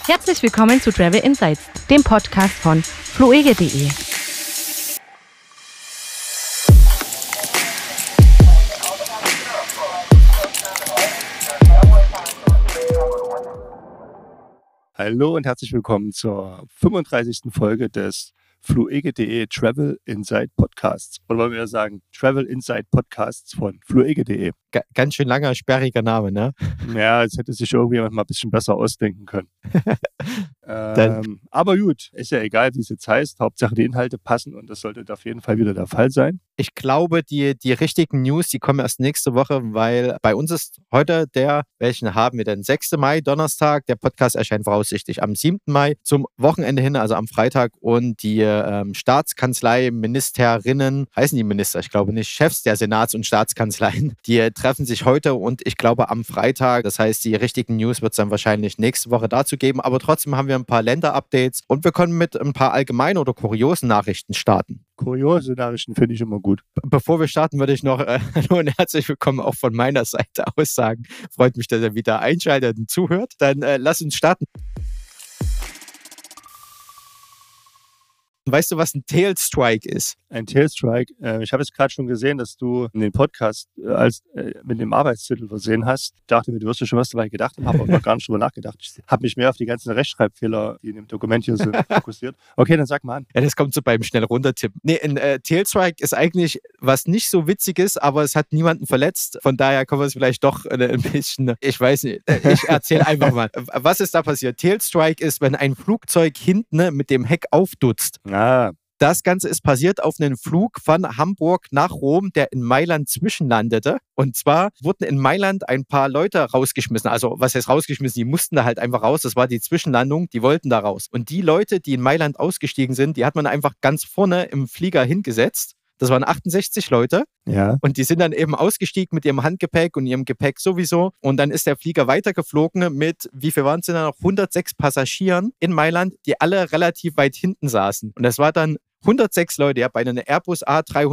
Herzlich willkommen zu Travel Insights, dem Podcast von fluege.de. Hallo und herzlich willkommen zur 35. Folge des fluege.de Travel Insight Podcasts. Oder wollen wir sagen, Travel Insight Podcasts von fluege.de. Ganz schön langer, sperriger Name, ne? Ja, das hätte sich irgendjemand mal ein bisschen besser ausdenken können. Aber gut, ist ja egal, wie es jetzt heißt. Hauptsache die Inhalte passen und das sollte auf jeden Fall wieder der Fall sein. Ich glaube, die richtigen News, die kommen erst nächste Woche, weil bei uns ist heute welchen haben wir denn? 6. Mai, Donnerstag. Der Podcast erscheint voraussichtlich am 7. Mai zum Wochenende hin, also am Freitag. Und die Staatskanzlei, Ministerinnen, heißen die Minister? Ich glaube nicht. Chefs der Senats- und Staatskanzleien, die treffen sich heute und ich glaube am Freitag. Das heißt, die richtigen News wird es dann wahrscheinlich nächste Woche dazu geben. Aber trotzdem haben wir ein paar Länder-Updates und wir können mit ein paar allgemeinen oder kuriosen Nachrichten starten. Kuriose Nachrichten finde ich immer gut. Bevor wir starten, würde ich noch hallo und herzlich willkommen auch von meiner Seite aus sagen. Freut mich, dass ihr wieder einschaltet und zuhört. Dann lass uns starten. Weißt du, was ein Tailstrike ist? Ein Tailstrike. Ich habe jetzt gerade schon gesehen, dass du den Podcast mit dem Arbeitstitel versehen hast. Ich dachte mir, du wirst dir schon was dabei gedacht haben, habe aber noch gar nicht drüber nachgedacht. Ich habe mich mehr auf die ganzen Rechtschreibfehler, die in dem Dokument hier sind, fokussiert. Okay, dann sag mal an. Ja, das kommt so beim schnell runtertippen. Nee, ein Tailstrike ist eigentlich was nicht so Witziges, aber es hat niemanden verletzt. Von daher können wir es vielleicht doch ein bisschen, ich weiß nicht, ich erzähle einfach mal. Was ist da passiert? Tailstrike ist, wenn ein Flugzeug hinten mit dem Heck aufdutzt. Das Ganze ist passiert auf einem Flug von Hamburg nach Rom, der in Mailand zwischenlandete. Und zwar wurden in Mailand ein paar Leute rausgeschmissen. Also was heißt rausgeschmissen? Die mussten da halt einfach raus. Das war die Zwischenlandung. Die wollten da raus. Und die Leute, die in Mailand ausgestiegen sind, die hat man einfach ganz vorne im Flieger hingesetzt. Das waren 68 Leute. Ja. Und die sind dann eben ausgestiegen mit ihrem Handgepäck und ihrem Gepäck sowieso. Und dann ist der Flieger weitergeflogen mit, wie viel waren es denn da noch? 106 Passagieren in Mailand, die alle relativ weit hinten saßen. Und das war dann 106 Leute, ja, bei einer Airbus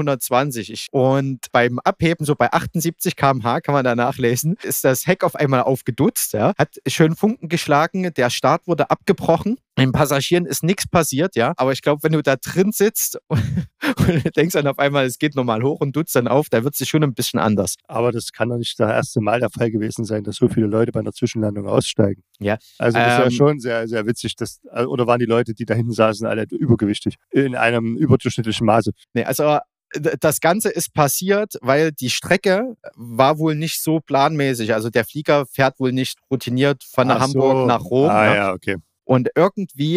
A320. Und beim Abheben, so bei 78 km/h, kann man da nachlesen, ist das Heck auf einmal aufgedutzt, ja, hat schön Funken geschlagen, der Start wurde abgebrochen. Den Passagieren ist nichts passiert, ja, aber ich glaube, wenn du da drin sitzt und du denkst dann auf einmal, es geht nochmal hoch und dutzt dann auf, da wird es schon ein bisschen anders. Aber das kann doch nicht das erste Mal der Fall gewesen sein, dass so viele Leute bei einer Zwischenlandung aussteigen. Ja. Also das ist ja schon sehr, sehr witzig. Oder waren die Leute, die da hinten saßen, alle übergewichtig? In einem überdurchschnittlichen Maße? Nee, also das Ganze ist passiert, weil die Strecke war wohl nicht so planmäßig. Also der Flieger fährt wohl nicht routiniert von Hamburg nach Rom. Ja, okay. Und irgendwie,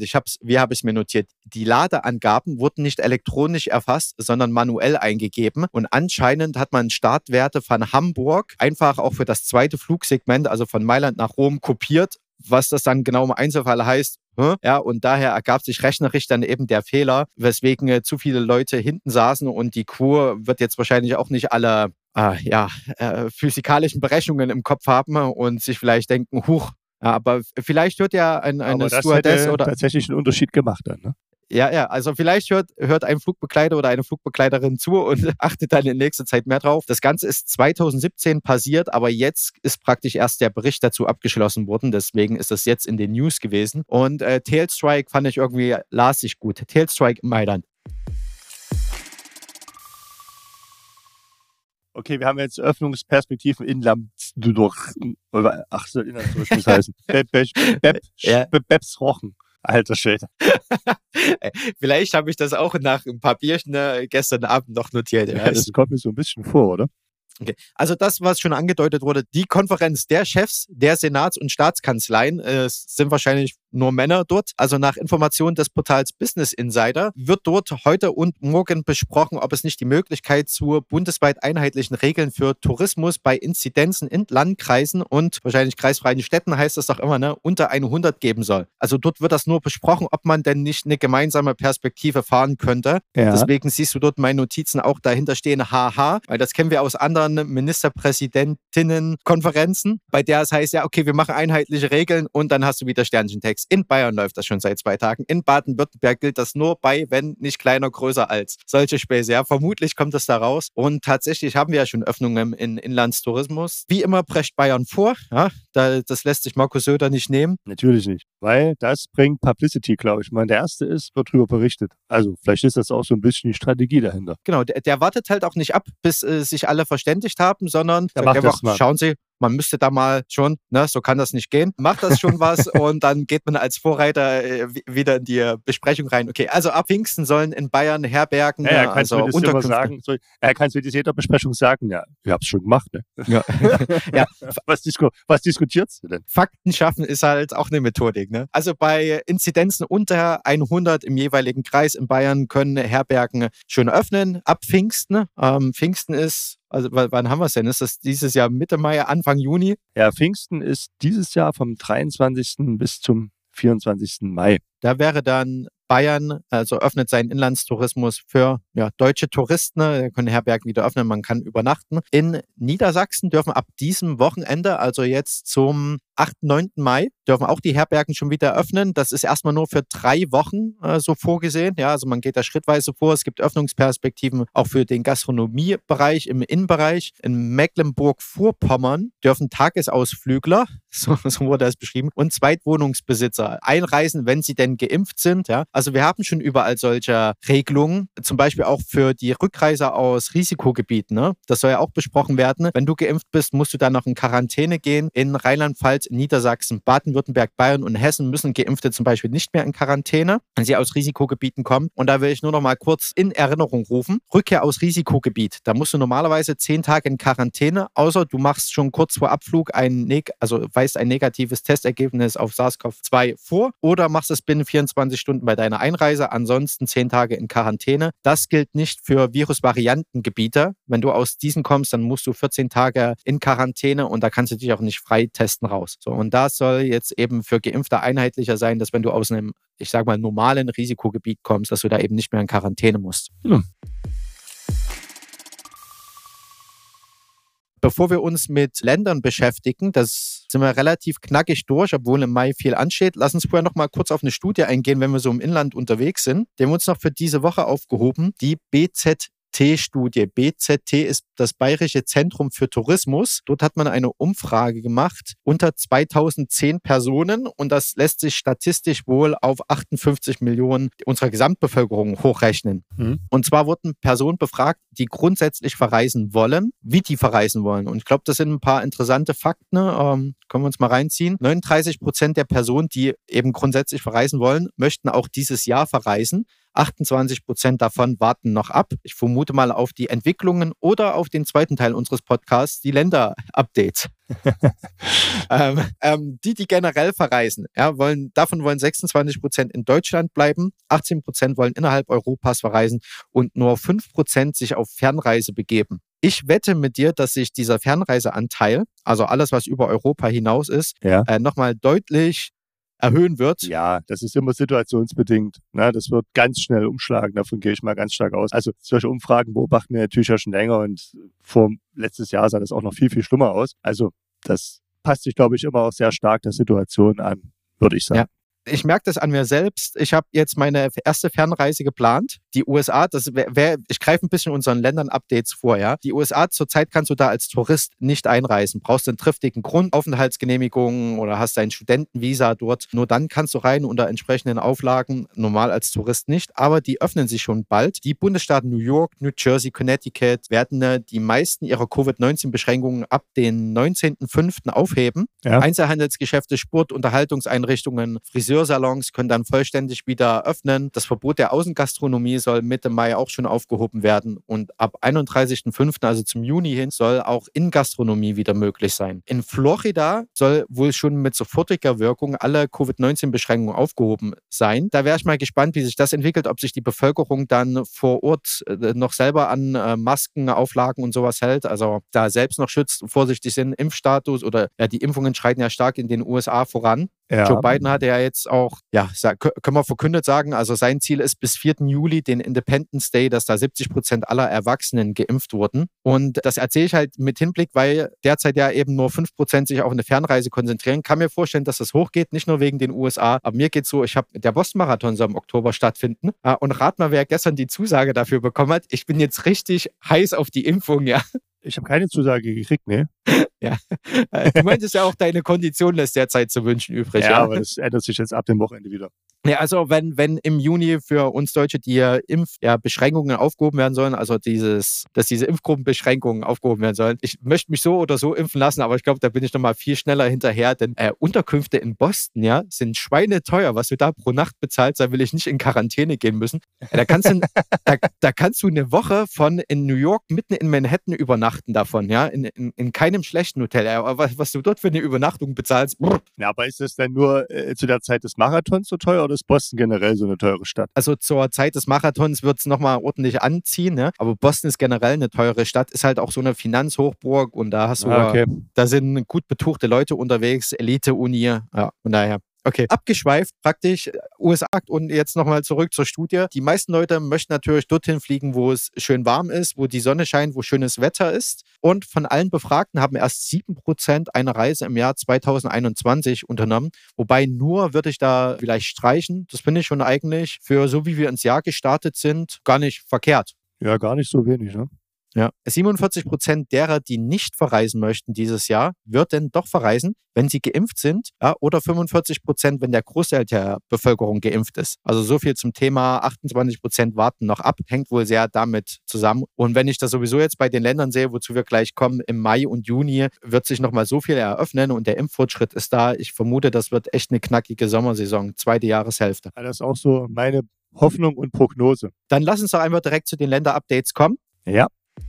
wie habe ich es mir notiert, die Ladeangaben wurden nicht elektronisch erfasst, sondern manuell eingegeben. Und anscheinend hat man Startwerte von Hamburg einfach auch für das zweite Flugsegment, also von Mailand nach Rom, kopiert. Was das dann genau im Einzelfall heißt. Ja, und daher ergab sich rechnerisch dann eben der Fehler, weswegen zu viele Leute hinten saßen und die Crew wird jetzt wahrscheinlich auch nicht alle physikalischen Berechnungen im Kopf haben und sich vielleicht denken, huch, ja, aber vielleicht hört ja eine Stewardess oder tatsächlich einen Unterschied gemacht dann, ne? Ja, also vielleicht hört ein Flugbegleiter oder eine Flugbegleiterin zu und achtet dann in nächster Zeit mehr drauf. Das Ganze ist 2017 passiert, aber jetzt ist praktisch erst der Bericht dazu abgeschlossen worden. Deswegen ist das jetzt in den News gewesen. Und Tailstrike fand ich irgendwie, las ich gut. Tailstrike in Mailand. Okay, wir haben jetzt Öffnungsperspektiven in Lambsdorff. Ach, so Inlandstourismus muss heißen. Bebsrochen. Alter Schwede. Vielleicht habe ich das auch nach ein paar Bierchen gestern Abend noch notiert. Ja, das kommt mir so ein bisschen vor, oder? Okay. Also das, was schon angedeutet wurde, die Konferenz der Chefs der Senats- und Staatskanzleien sind wahrscheinlich nur Männer dort. Also nach Informationen des Portals Business Insider wird dort heute und morgen besprochen, ob es nicht die Möglichkeit zu bundesweit einheitlichen Regeln für Tourismus bei Inzidenzen in Landkreisen und wahrscheinlich kreisfreien Städten, heißt das doch immer, ne, unter 100 geben soll. Also dort wird das nur besprochen, ob man denn nicht eine gemeinsame Perspektive fahren könnte. Ja. Deswegen siehst du dort meine Notizen auch dahinter stehen, haha, weil das kennen wir aus anderen Ministerpräsidentinnen-Konferenzen, bei der es heißt, ja, okay, wir machen einheitliche Regeln und dann hast du wieder Sternchentext. Felix, in Bayern läuft das schon seit 2 Tagen. In Baden-Württemberg gilt das nur bei, wenn nicht kleiner, größer als. Solche Späße. Ja, vermutlich kommt das da raus. Und tatsächlich haben wir ja schon Öffnungen im Inlandstourismus. Wie immer prescht Bayern vor. Ja, das lässt sich Markus Söder nicht nehmen. Natürlich nicht, weil das bringt Publicity, glaube ich. Wenn man der Erste ist, wird darüber berichtet. Also vielleicht ist das auch so ein bisschen die Strategie dahinter. Genau, der wartet halt auch nicht ab, bis sich alle verständigt haben, sondern Der macht einfach, das mal. schauen Sie, man müsste da mal schon, ne, so kann das nicht gehen. Macht das schon was und dann geht man als Vorreiter wieder in die Besprechung rein. Okay, also ab Pfingsten sollen in Bayern Herbergen, Ja, er kann es also mir das immer Unterkünfte. sagen. Er kann es mir jeder Besprechung sagen. Ja, ich habe es schon gemacht. Ne? Ja. Ja. Was diskutiert du denn? Fakten schaffen ist halt auch eine Methodik. Ne? Also bei Inzidenzen unter 100 im jeweiligen Kreis in Bayern können Herbergen schon öffnen. Ab Pfingsten. Pfingsten ist, also wann haben wir es denn? Ist das dieses Jahr Mitte Mai, Anfang Juni? Ja, Pfingsten ist dieses Jahr vom 23. bis zum 24. Mai. Da wäre dann Bayern, also öffnet seinen Inlandstourismus für deutsche Touristen. Da können Herbergen wieder öffnen, man kann übernachten. In Niedersachsen dürfen ab diesem Wochenende, also jetzt zum 8., 9. Mai, dürfen auch die Herbergen schon wieder öffnen. Das ist erstmal nur für 3 Wochen so vorgesehen. Ja, also man geht da schrittweise vor. Es gibt Öffnungsperspektiven auch für den Gastronomiebereich im Innenbereich. In Mecklenburg-Vorpommern dürfen Tagesausflügler, so wurde es beschrieben, und Zweitwohnungsbesitzer einreisen, wenn sie denn geimpft sind. Ja. Also wir haben schon überall solche Regelungen, zum Beispiel auch für die Rückreise aus Risikogebieten. Ne? Das soll ja auch besprochen werden. Wenn du geimpft bist, musst du dann noch in Quarantäne gehen. In Rheinland-Pfalz, Niedersachsen, Baden-Württemberg, Bayern und Hessen müssen Geimpfte zum Beispiel nicht mehr in Quarantäne, wenn sie aus Risikogebieten kommen. Und da will ich nur noch mal kurz in Erinnerung rufen. Rückkehr aus Risikogebiet. Da musst du normalerweise 10 Tage in Quarantäne, außer du machst schon kurz vor Abflug weist ein negatives Testergebnis auf SARS-CoV-2 vor oder machst es binnen 24 Stunden bei deiner Einreise. Ansonsten 10 Tage in Quarantäne. Das gilt nicht für Virusvariantengebiete. Wenn du aus diesen kommst, dann musst du 14 Tage in Quarantäne und da kannst du dich auch nicht frei testen raus. So, und das soll jetzt eben für Geimpfte einheitlicher sein, dass wenn du aus einem, ich sag mal, normalen Risikogebiet kommst, dass du da eben nicht mehr in Quarantäne musst. Bevor wir uns mit Ländern beschäftigen, das sind wir relativ knackig durch, obwohl im Mai viel ansteht. Lass uns vorher noch mal kurz auf eine Studie eingehen, wenn wir so im Inland unterwegs sind. Die haben wir uns noch für diese Woche aufgehoben. Die BZT-Studie. BZT ist das Bayerische Zentrum für Tourismus. Dort hat man eine Umfrage gemacht unter 2010 Personen und das lässt sich statistisch wohl auf 58 Millionen unserer Gesamtbevölkerung hochrechnen. Und zwar wurden Personen befragt, die grundsätzlich verreisen wollen, wie die verreisen wollen. Und ich glaube, das sind ein paar interessante Fakten. Können wir uns mal reinziehen. 39% der Personen, die eben grundsätzlich verreisen wollen, möchten auch dieses Jahr verreisen. 28% davon warten noch ab. Ich vermute mal auf die Entwicklungen oder auf den zweiten Teil unseres Podcasts, die Länder-Updates. Die generell verreisen, davon wollen 26% in Deutschland bleiben, 18% wollen innerhalb Europas verreisen und nur 5% sich auf Fernreise begeben. Ich wette mit dir, dass sich dieser Fernreiseanteil, also alles, was über Europa hinaus ist, nochmal deutlich erhöhen wird. Ja, das ist immer situationsbedingt. Ne? Das wird ganz schnell umschlagen, davon gehe ich mal ganz stark aus. Also solche Umfragen beobachten wir natürlich ja schon länger und letztes Jahr sah das auch noch viel, viel schlimmer aus. Also das passt sich, glaube ich, immer auch sehr stark der Situation an, würde ich sagen. Ja. Ich merke das an mir selbst. Ich habe jetzt meine erste Fernreise geplant. Die USA, ich greife ein bisschen unseren Ländern-Updates vor. Ja? Die USA, zurzeit kannst du da als Tourist nicht einreisen. Brauchst einen triftigen Grund, Aufenthaltsgenehmigung oder hast dein Studentenvisa dort. Nur dann kannst du rein unter entsprechenden Auflagen, normal als Tourist nicht. Aber die öffnen sich schon bald. Die Bundesstaaten New York, New Jersey, Connecticut werden die meisten ihrer Covid-19-Beschränkungen ab den 19.05. aufheben. Ja. Einzelhandelsgeschäfte, Sport, Unterhaltungseinrichtungen, Friseursalons können dann vollständig wieder öffnen. Das Verbot der Außengastronomie soll Mitte Mai auch schon aufgehoben werden. Und ab 31.05., also zum Juni hin, soll auch Innengastronomie wieder möglich sein. In Florida soll wohl schon mit sofortiger Wirkung alle Covid-19-Beschränkungen aufgehoben sein. Da wäre ich mal gespannt, wie sich das entwickelt, ob sich die Bevölkerung dann vor Ort noch selber an Masken, Auflagen und sowas hält. Also da selbst noch schützt, vorsichtig sind, Impfstatus oder die Impfungen schreiten ja stark in den USA voran. Ja. Joe Biden hatte ja jetzt auch, können wir verkündet sagen, also sein Ziel ist bis 4. Juli, den Independence Day, dass da 70% aller Erwachsenen geimpft wurden. Und das erzähle ich halt mit Hinblick, weil derzeit ja eben nur 5% sich auf eine Fernreise konzentrieren. Kann mir vorstellen, dass das hochgeht, nicht nur wegen den USA, aber mir geht's so, der Boston-Marathon soll im Oktober stattfinden. Und rat mal, wer gestern die Zusage dafür bekommen hat. Ich bin jetzt richtig heiß auf die Impfung, ja. Ich habe keine Zusage gekriegt, ne? Ja. Du meintest ja auch, deine Kondition lässt derzeit zu wünschen übrig. Ja, aber das ändert sich jetzt ab dem Wochenende wieder. Ja, also wenn im Juni für uns Deutsche die Beschränkungen aufgehoben werden sollen, also dass diese Impfgruppenbeschränkungen aufgehoben werden sollen. Ich möchte mich so oder so impfen lassen, aber ich glaube, da bin ich nochmal viel schneller hinterher, denn Unterkünfte in Boston, ja, sind schweineteuer. Was du da pro Nacht bezahlst, da will ich nicht in Quarantäne gehen müssen. Da kannst du eine Woche in New York mitten in Manhattan übernachten davon, ja, in keinem schlechten Hotel. Was du dort für eine Übernachtung bezahlst. Ja, aber ist das denn nur zu der Zeit des Marathons so teuer oder ist Boston generell so eine teure Stadt? Also zur Zeit des Marathons wird es nochmal ordentlich anziehen, ne? Aber Boston ist generell eine teure Stadt, ist halt auch so eine Finanzhochburg und da hast du, da sind gut betuchte Leute unterwegs, Elite-Uni, ja, von daher. Okay, abgeschweift praktisch, USA und jetzt nochmal zurück zur Studie. Die meisten Leute möchten natürlich dorthin fliegen, wo es schön warm ist, wo die Sonne scheint, wo schönes Wetter ist. Und von allen Befragten haben erst 7% eine Reise im Jahr 2021 unternommen. Wobei nur würde ich da vielleicht streichen. Das finde ich schon eigentlich für so wie wir ins Jahr gestartet sind, gar nicht verkehrt. Ja, gar nicht so wenig, ne? Ja. 47% derer, die nicht verreisen möchten dieses Jahr, würden doch verreisen, wenn sie geimpft sind, ja, oder 45%, wenn der Großteil der Bevölkerung geimpft ist. Also so viel zum Thema, 28% warten noch ab, hängt wohl sehr damit zusammen. Und wenn ich das sowieso jetzt bei den Ländern sehe, wozu wir gleich kommen, im Mai und Juni wird sich nochmal so viel eröffnen und der Impffortschritt ist da. Ich vermute, das wird echt eine knackige Sommersaison, zweite Jahreshälfte. Das ist auch so meine Hoffnung und Prognose. Dann lass uns doch einfach direkt zu den Länder-Updates kommen. Ja.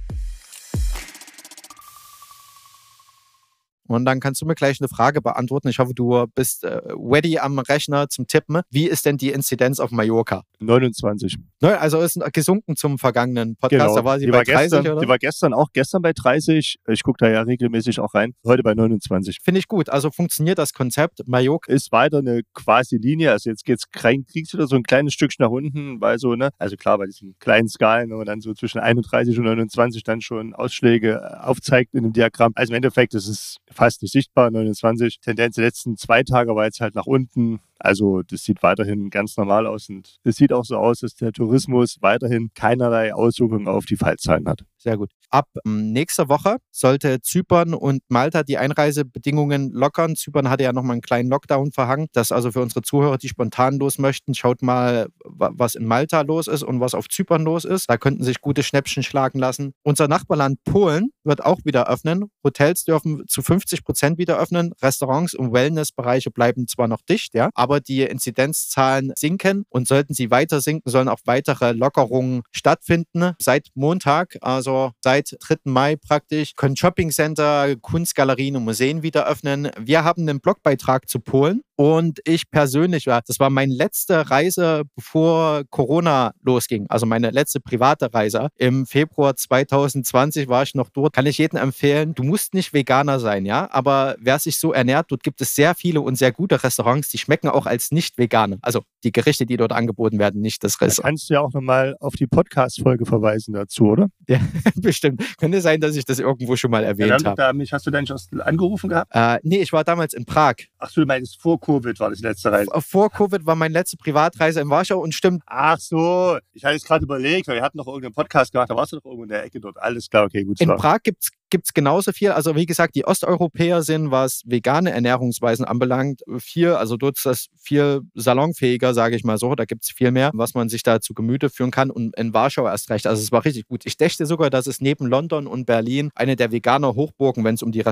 Und dann kannst du mir gleich eine Frage beantworten. Ich hoffe, du bist ready am Rechner zum Tippen. Wie ist denn die Inzidenz auf Mallorca? 29. Also ist gesunken zum vergangenen Podcast. Genau. Da war sie bei 30, oder? Die war gestern bei 30. Ich gucke da ja regelmäßig auch rein. Heute bei 29. Finde ich gut. Also funktioniert das Konzept. Mallorca ist weiter eine quasi Linie. Also jetzt kriegst du da so ein kleines Stückchen nach unten, weil so, ne? Also klar, bei diesen kleinen Skalen, wenn man dann so zwischen 31 und 29 dann schon Ausschläge aufzeigt in dem Diagramm. Also im Endeffekt ist es fast nicht sichtbar, 29. Tendenz der letzten 2 Tage war jetzt halt nach unten. Also das sieht weiterhin ganz normal aus und es sieht auch so aus, dass der Tourismus weiterhin keinerlei Auswirkungen auf die Fallzahlen hat. Sehr gut. Ab nächster Woche sollte Zypern und Malta die Einreisebedingungen lockern. Zypern hatte ja nochmal einen kleinen Lockdown verhangen. Das also für unsere Zuhörer, die spontan los möchten, schaut mal, was in Malta los ist und was auf Zypern los ist. Da könnten sich gute Schnäppchen schlagen lassen. Unser Nachbarland Polen wird auch wieder öffnen. Hotels dürfen zu 50% wieder öffnen. Restaurants und Wellnessbereiche bleiben zwar noch dicht, ja, aber die Inzidenzzahlen sinken und sollten sie weiter sinken, sollen auch weitere Lockerungen stattfinden. Seit Montag, also seit 3. Mai praktisch, können Shoppingcenter, Kunstgalerien und Museen wieder öffnen. Wir haben einen Blogbeitrag zu Polen. Und ich persönlich das war meine letzte Reise, bevor Corona losging. Also meine letzte private Reise. Im Februar 2020 war ich noch dort. Kann ich jedem empfehlen, du musst nicht Veganer sein, ja. Aber wer sich so ernährt, dort gibt es sehr viele und sehr gute Restaurants, die schmecken auch als Nicht-Veganer. Also die Gerichte, die dort angeboten werden, nicht das Restaurant. Da kannst du ja auch nochmal auf die Podcast-Folge verweisen dazu, oder? Ja, bestimmt. Könnte sein, dass ich das irgendwo schon mal erwähnt habe. Hast du da nicht angerufen gehabt? Nee, ich war damals in Prag. Ach so, du meinst vor Covid war das die letzte Reise? Vor Covid war meine letzte Privatreise in Warschau und stimmt. Ach so, ich hatte jetzt gerade überlegt, weil wir hatten noch irgendeinen Podcast gemacht, da warst du doch irgendwo in der Ecke dort. Alles klar, okay, gut. In Prag gibt's genauso viel. Also wie gesagt, die Osteuropäer sind, was vegane Ernährungsweisen anbelangt, dort ist das viel salonfähiger, sage ich mal so. Da gibt's viel mehr, was man sich da zu Gemüte führen kann. Und in Warschau erst recht. Also es war richtig gut. Ich dächte sogar, dass es neben London und Berlin eine der veganer Hochburgen, wenn es um die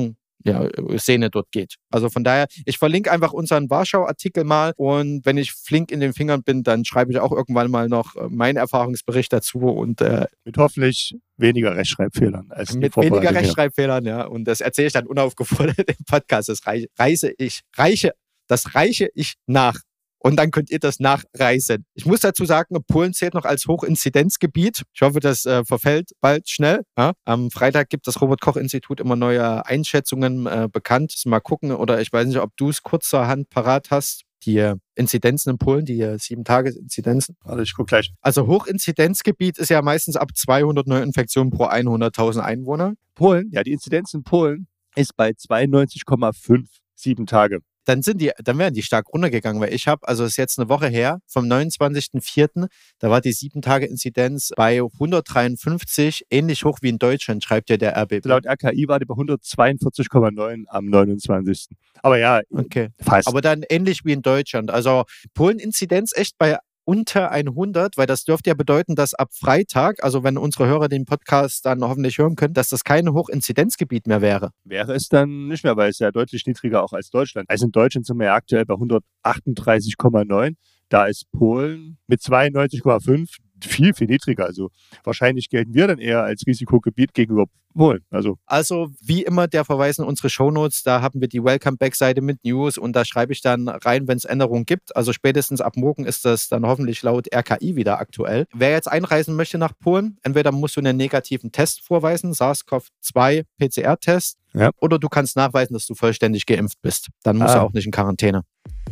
Szene dort geht. Also von daher, ich verlinke einfach unseren Warschau-Artikel mal und wenn ich flink in den Fingern bin, dann schreibe ich auch irgendwann mal noch meinen Erfahrungsbericht dazu und mit hoffentlich weniger Rechtschreibfehlern. Mit weniger Rechtschreibfehlern, ja. Und das erzähle ich dann unaufgefordert im Podcast. Das reiche ich nach. und dann könnt ihr das nachreisen. Ich muss dazu sagen, Polen zählt noch als Hochinzidenzgebiet. Ich hoffe, das verfällt bald schnell. Ja? Am Freitag gibt das Robert-Koch-Institut immer neue Einschätzungen bekannt. Mal gucken, oder ich weiß nicht, ob du es kurzerhand parat hast. Die Inzidenzen in Polen, die 7-Tage-Inzidenzen. Also ich gucke gleich. Also Hochinzidenzgebiet ist ja meistens ab 200 Neuinfektionen pro 100.000 Einwohner. Polen, ja, die Inzidenz in Polen ist bei 92,5 7 Tage. Dann wären die stark runtergegangen, weil also es ist jetzt eine Woche her, vom 29.04., da war die 7-Tage-Inzidenz bei 153, ähnlich hoch wie in Deutschland, schreibt ja der RBB. Laut RKI war die bei 142,9 am 29. Aber ja, okay. Fast. Aber dann ähnlich wie in Deutschland. Also Polen-Inzidenz echt bei unter 100, weil das dürfte ja bedeuten, dass ab Freitag, also wenn unsere Hörer den Podcast dann hoffentlich hören können, dass das kein Hochinzidenzgebiet mehr wäre. Wäre es dann nicht mehr, weil es ja deutlich niedriger auch als Deutschland. Also in Deutschland sind wir ja aktuell bei 138,9. Da ist Polen mit 92,5 viel, viel niedriger. Also wahrscheinlich gelten wir dann eher als Risikogebiet gegenüber Polen. Also wie immer der Verweis in unsere Shownotes, da haben wir die Welcome-Back-Seite mit News und da schreibe ich dann rein, wenn es Änderungen gibt. Also spätestens ab morgen ist das dann hoffentlich laut RKI wieder aktuell. Wer jetzt einreisen möchte nach Polen, entweder musst du einen negativen Test vorweisen, SARS-CoV-2 PCR-Test, ja, oder du kannst nachweisen, dass du vollständig geimpft bist. Dann musst du auch nicht in Quarantäne.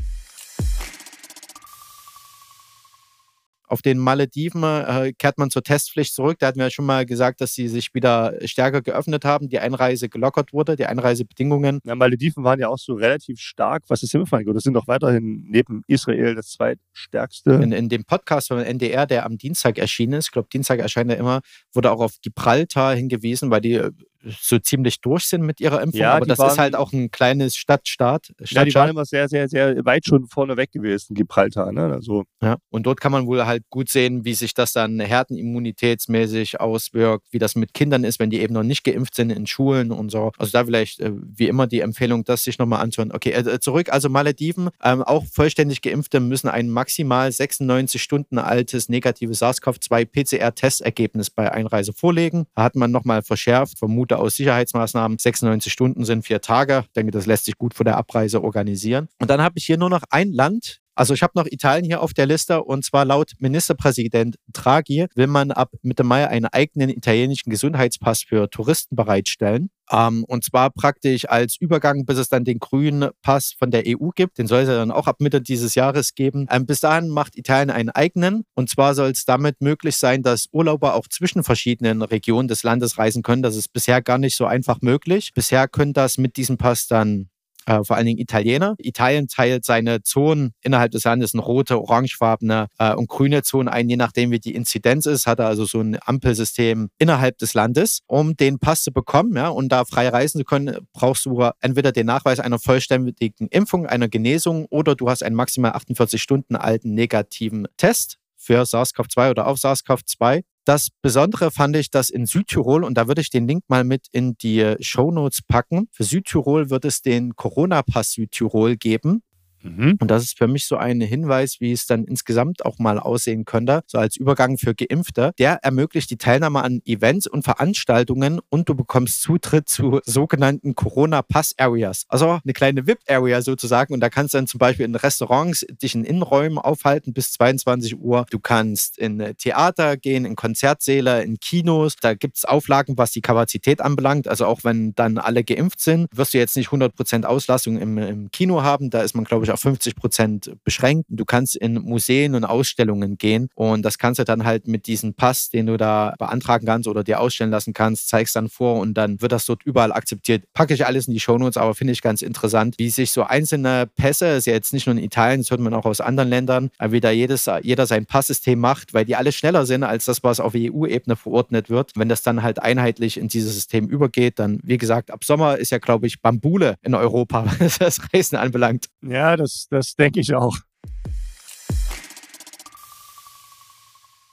Auf den Malediven kehrt man zur Testpflicht zurück. Da hatten wir ja schon mal gesagt, dass sie sich wieder stärker geöffnet haben, die Einreise gelockert wurde, die Einreisebedingungen. Ja, Malediven waren ja auch so relativ stark, was das Impfen angeht. Das sind doch weiterhin neben Israel das zweitstärkste. In dem Podcast von NDR, der am Dienstag erschienen ist, ich glaube, Dienstag erscheint er immer, wurde auch auf Gibraltar hingewiesen, weil die so ziemlich durch sind mit ihrer Impfung. Ja, aber das ist halt auch ein kleines Stadtstaat. Ja, die waren immer sehr, sehr, sehr weit schon vorne weg gewesen, Gibraltar. Ne? Also. Ja. Und dort kann man wohl halt gut sehen, wie sich das dann herdenimmunitätsmäßig auswirkt, wie das mit Kindern ist, wenn die eben noch nicht geimpft sind in Schulen und so. Also da vielleicht wie immer die Empfehlung, das sich nochmal anzuhören. Okay, zurück, also Malediven. Auch vollständig Geimpfte müssen ein maximal 96 Stunden altes negatives SARS-CoV-2-PCR-Testergebnis bei Einreise vorlegen. Da hat man nochmal verschärft, vermutet aus Sicherheitsmaßnahmen. 96 Stunden sind 4 Tage. Ich denke, das lässt sich gut vor der Abreise organisieren. Und dann habe ich hier nur noch ein Land. Also ich habe noch Italien hier auf der Liste und zwar laut Ministerpräsident Draghi will man ab Mitte Mai einen eigenen italienischen Gesundheitspass für Touristen bereitstellen. Und zwar praktisch als Übergang, bis es dann den grünen Pass von der EU gibt. Den soll es ja dann auch ab Mitte dieses Jahres geben. Bis dahin macht Italien einen eigenen. Und zwar soll es damit möglich sein, dass Urlauber auch zwischen verschiedenen Regionen des Landes reisen können. Das ist bisher gar nicht so einfach möglich. Bisher können das mit diesem Pass dann vor allen Dingen Italiener. Italien teilt seine Zonen innerhalb des Landes in rote, orangefarbene und grüne Zonen ein, je nachdem wie die Inzidenz ist, hat er also so ein Ampelsystem innerhalb des Landes. Um den Pass zu bekommen, ja, und da frei reisen zu können, brauchst du entweder den Nachweis einer vollständigen Impfung, einer Genesung oder du hast einen maximal 48 Stunden alten negativen Test für SARS-CoV-2 oder auf SARS-CoV-2. Das Besondere fand ich, dass in Südtirol, und da würde ich den Link mal mit in die Shownotes packen, für Südtirol wird es den Corona-Pass Südtirol geben. Und das ist für mich so ein Hinweis, wie es dann insgesamt auch mal aussehen könnte, so als Übergang für Geimpfte. Der ermöglicht die Teilnahme an Events und Veranstaltungen und du bekommst Zutritt zu sogenannten Corona-Pass-Areas. Also eine kleine VIP-Area sozusagen und da kannst du dann zum Beispiel in Restaurants dich in Innenräumen aufhalten bis 22 Uhr. Du kannst in Theater gehen, in Konzertsäle, in Kinos. Da gibt es Auflagen, was die Kapazität anbelangt. Also auch wenn dann alle geimpft sind, wirst du jetzt nicht 100% Auslastung im Kino haben. Da ist man, glaube ich, auf 50% beschränkt. Du kannst in Museen und Ausstellungen gehen und das kannst du dann halt mit diesem Pass, den du da beantragen kannst oder dir ausstellen lassen kannst, zeigst dann vor und dann wird das dort überall akzeptiert. Packe ich alles in die Shownotes, aber finde ich ganz interessant, wie sich so einzelne Pässe, ist ja jetzt nicht nur in Italien, das hört man auch aus anderen Ländern, wie da jeder sein Passsystem macht, weil die alle schneller sind als das, was auf EU-Ebene verordnet wird. Wenn das dann halt einheitlich in dieses System übergeht, dann, wie gesagt, ab Sommer ist ja, glaube ich, Bambule in Europa, was das Reisen anbelangt. Ja, das denke ich auch.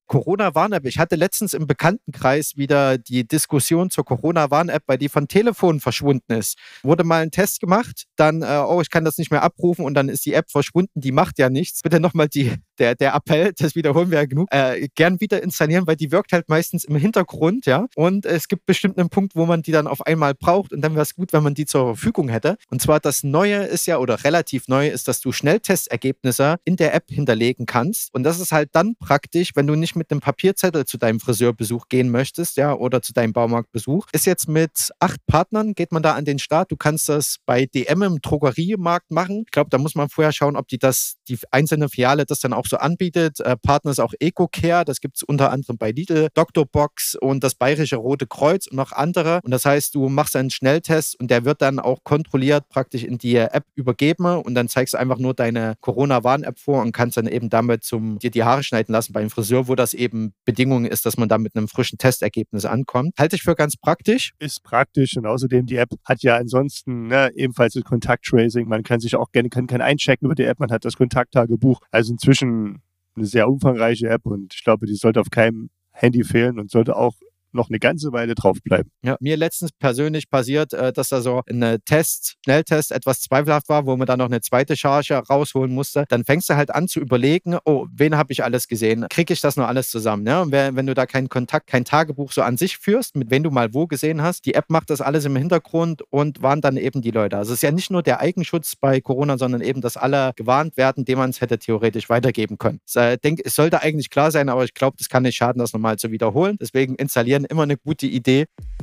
Corona-Warn-App. Ich hatte letztens im Bekanntenkreis wieder die Diskussion zur Corona-Warn-App, weil die von Telefon verschwunden ist. Wurde mal ein Test gemacht, dann, ich kann das nicht mehr abrufen und dann ist die App verschwunden, die macht ja nichts. Bitte nochmal der Appell, das wiederholen wir ja genug, gern wieder installieren, weil die wirkt halt meistens im Hintergrund, ja. Und es gibt bestimmt einen Punkt, wo man die dann auf einmal braucht und dann wäre es gut, wenn man die zur Verfügung hätte. Und zwar das Neue ist ja, oder relativ neu ist, dass du Schnelltestergebnisse in der App hinterlegen kannst. Und das ist halt dann praktisch, wenn du nicht mit einem Papierzettel zu deinem Friseurbesuch gehen möchtest, ja, oder zu deinem Baumarktbesuch. Ist jetzt mit 8 Partnern, geht man da an den Start. Du kannst das bei DM im Drogeriemarkt machen. Ich glaube, da muss man vorher schauen, ob die einzelne Filiale das dann auch so anbietet. Partner ist auch EcoCare, das gibt es unter anderem bei Lidl, Dr. Box und das Bayerische Rote Kreuz und noch andere. Und das heißt, du machst einen Schnelltest und der wird dann auch kontrolliert praktisch in die App übergeben und dann zeigst du einfach nur deine Corona-Warn-App vor und kannst dann eben damit dir die Haare schneiden lassen beim Friseur, wo das eben Bedingung ist, dass man da mit einem frischen Testergebnis ankommt. Halte ich für ganz praktisch. Ist praktisch und außerdem die App hat ja ansonsten ebenfalls das Kontakttracing. Man kann sich auch gerne kann einchecken über die App, man hat das Kontakttagebuch. Also inzwischen eine sehr umfangreiche App und ich glaube, die sollte auf keinem Handy fehlen und sollte auch noch eine ganze Weile draufbleiben. Ja, mir letztens persönlich passiert, dass da so ein Schnelltest etwas zweifelhaft war, wo man dann noch eine zweite Charge rausholen musste. Dann fängst du halt an zu überlegen, wen habe ich alles gesehen? Kriege ich das noch alles zusammen? Ja? Und wenn du da keinen Kontakt, kein Tagebuch so an sich führst, mit wem du mal wo gesehen hast, die App macht das alles im Hintergrund und warnt dann eben die Leute. Also es ist ja nicht nur der Eigenschutz bei Corona, sondern eben, dass alle gewarnt werden, dem man es hätte theoretisch weitergeben können. Ich denke, es sollte eigentlich klar sein, aber ich glaube, das kann nicht schaden, das nochmal zu wiederholen. Deswegen installieren immer eine gute Idee.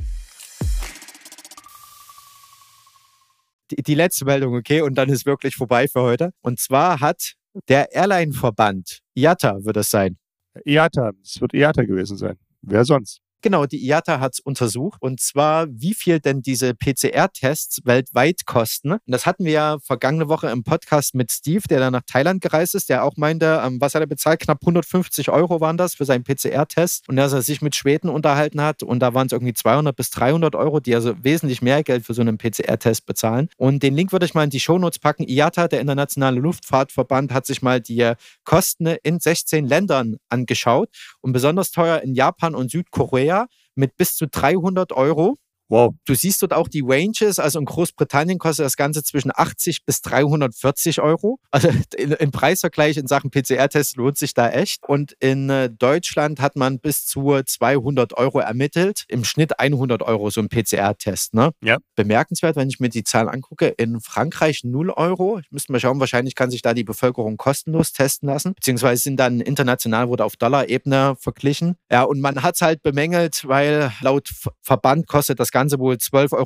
Die letzte Meldung, okay, und dann ist wirklich vorbei für heute. Und zwar hat der Airline-Verband, IATA wird es sein. IATA, es wird IATA gewesen sein. Wer sonst? Genau, die IATA hat es untersucht und zwar, wie viel denn diese PCR-Tests weltweit kosten. Und das hatten wir ja vergangene Woche im Podcast mit Steve, der dann nach Thailand gereist ist, der auch meinte, was hat er bezahlt? Knapp 150 € waren das für seinen PCR-Test und dass er sich mit Schweden unterhalten hat und da waren es irgendwie 200 bis 300 €, die also wesentlich mehr Geld für so einen PCR-Test bezahlen. Und den Link würde ich mal in die Shownotes packen. IATA, der Internationale Luftfahrtverband, hat sich mal die Kosten in 16 Ländern angeschaut und besonders teuer in Japan und Südkorea mit bis zu 300 €. Wow. Du siehst dort auch die Ranges, also in Großbritannien kostet das Ganze zwischen 80 bis 340 €. Also im Preisvergleich in Sachen PCR-Test lohnt sich da echt. Und in Deutschland hat man bis zu 200 € ermittelt. Im Schnitt 100 € so ein PCR-Test. Ne? Ja. Bemerkenswert, wenn ich mir die Zahlen angucke, in Frankreich 0 €. Ich müsste mal schauen, wahrscheinlich kann sich da die Bevölkerung kostenlos testen lassen. Beziehungsweise sind dann international, wurde auf Dollar-Ebene verglichen. Ja, und man hat es halt bemängelt, weil laut Verband kostet das Ganze wohl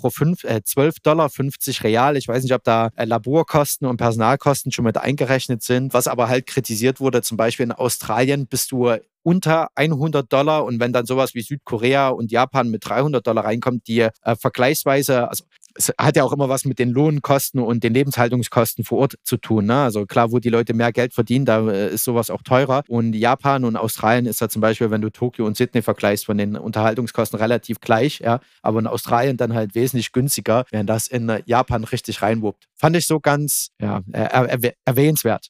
$12,50 real. Ich weiß nicht, ob da Laborkosten und Personalkosten schon mit eingerechnet sind. Was aber halt kritisiert wurde, zum Beispiel in Australien bist du unter $100 und wenn dann sowas wie Südkorea und Japan mit $300 reinkommt, die vergleichsweise, also es hat ja auch immer was mit den Lohnkosten und den Lebenshaltungskosten vor Ort zu tun. Ne? Also klar, wo die Leute mehr Geld verdienen, da ist sowas auch teurer. Und Japan und Australien ist da zum Beispiel, wenn du Tokio und Sydney vergleichst, von den Unterhaltungskosten relativ gleich. Ja? Aber in Australien dann halt wesentlich günstiger, während das in Japan richtig reinwuppt. Fand ich so ganz erwähnenswert.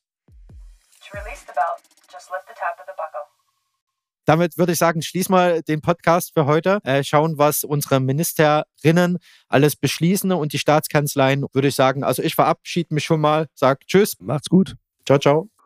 Damit würde ich sagen, schließen wir den Podcast für heute. Schauen, was unsere Ministerinnen alles beschließen und die Staatskanzleien, würde ich sagen. Also ich verabschiede mich schon mal, sage Tschüss. Macht's gut. Ciao, ciao.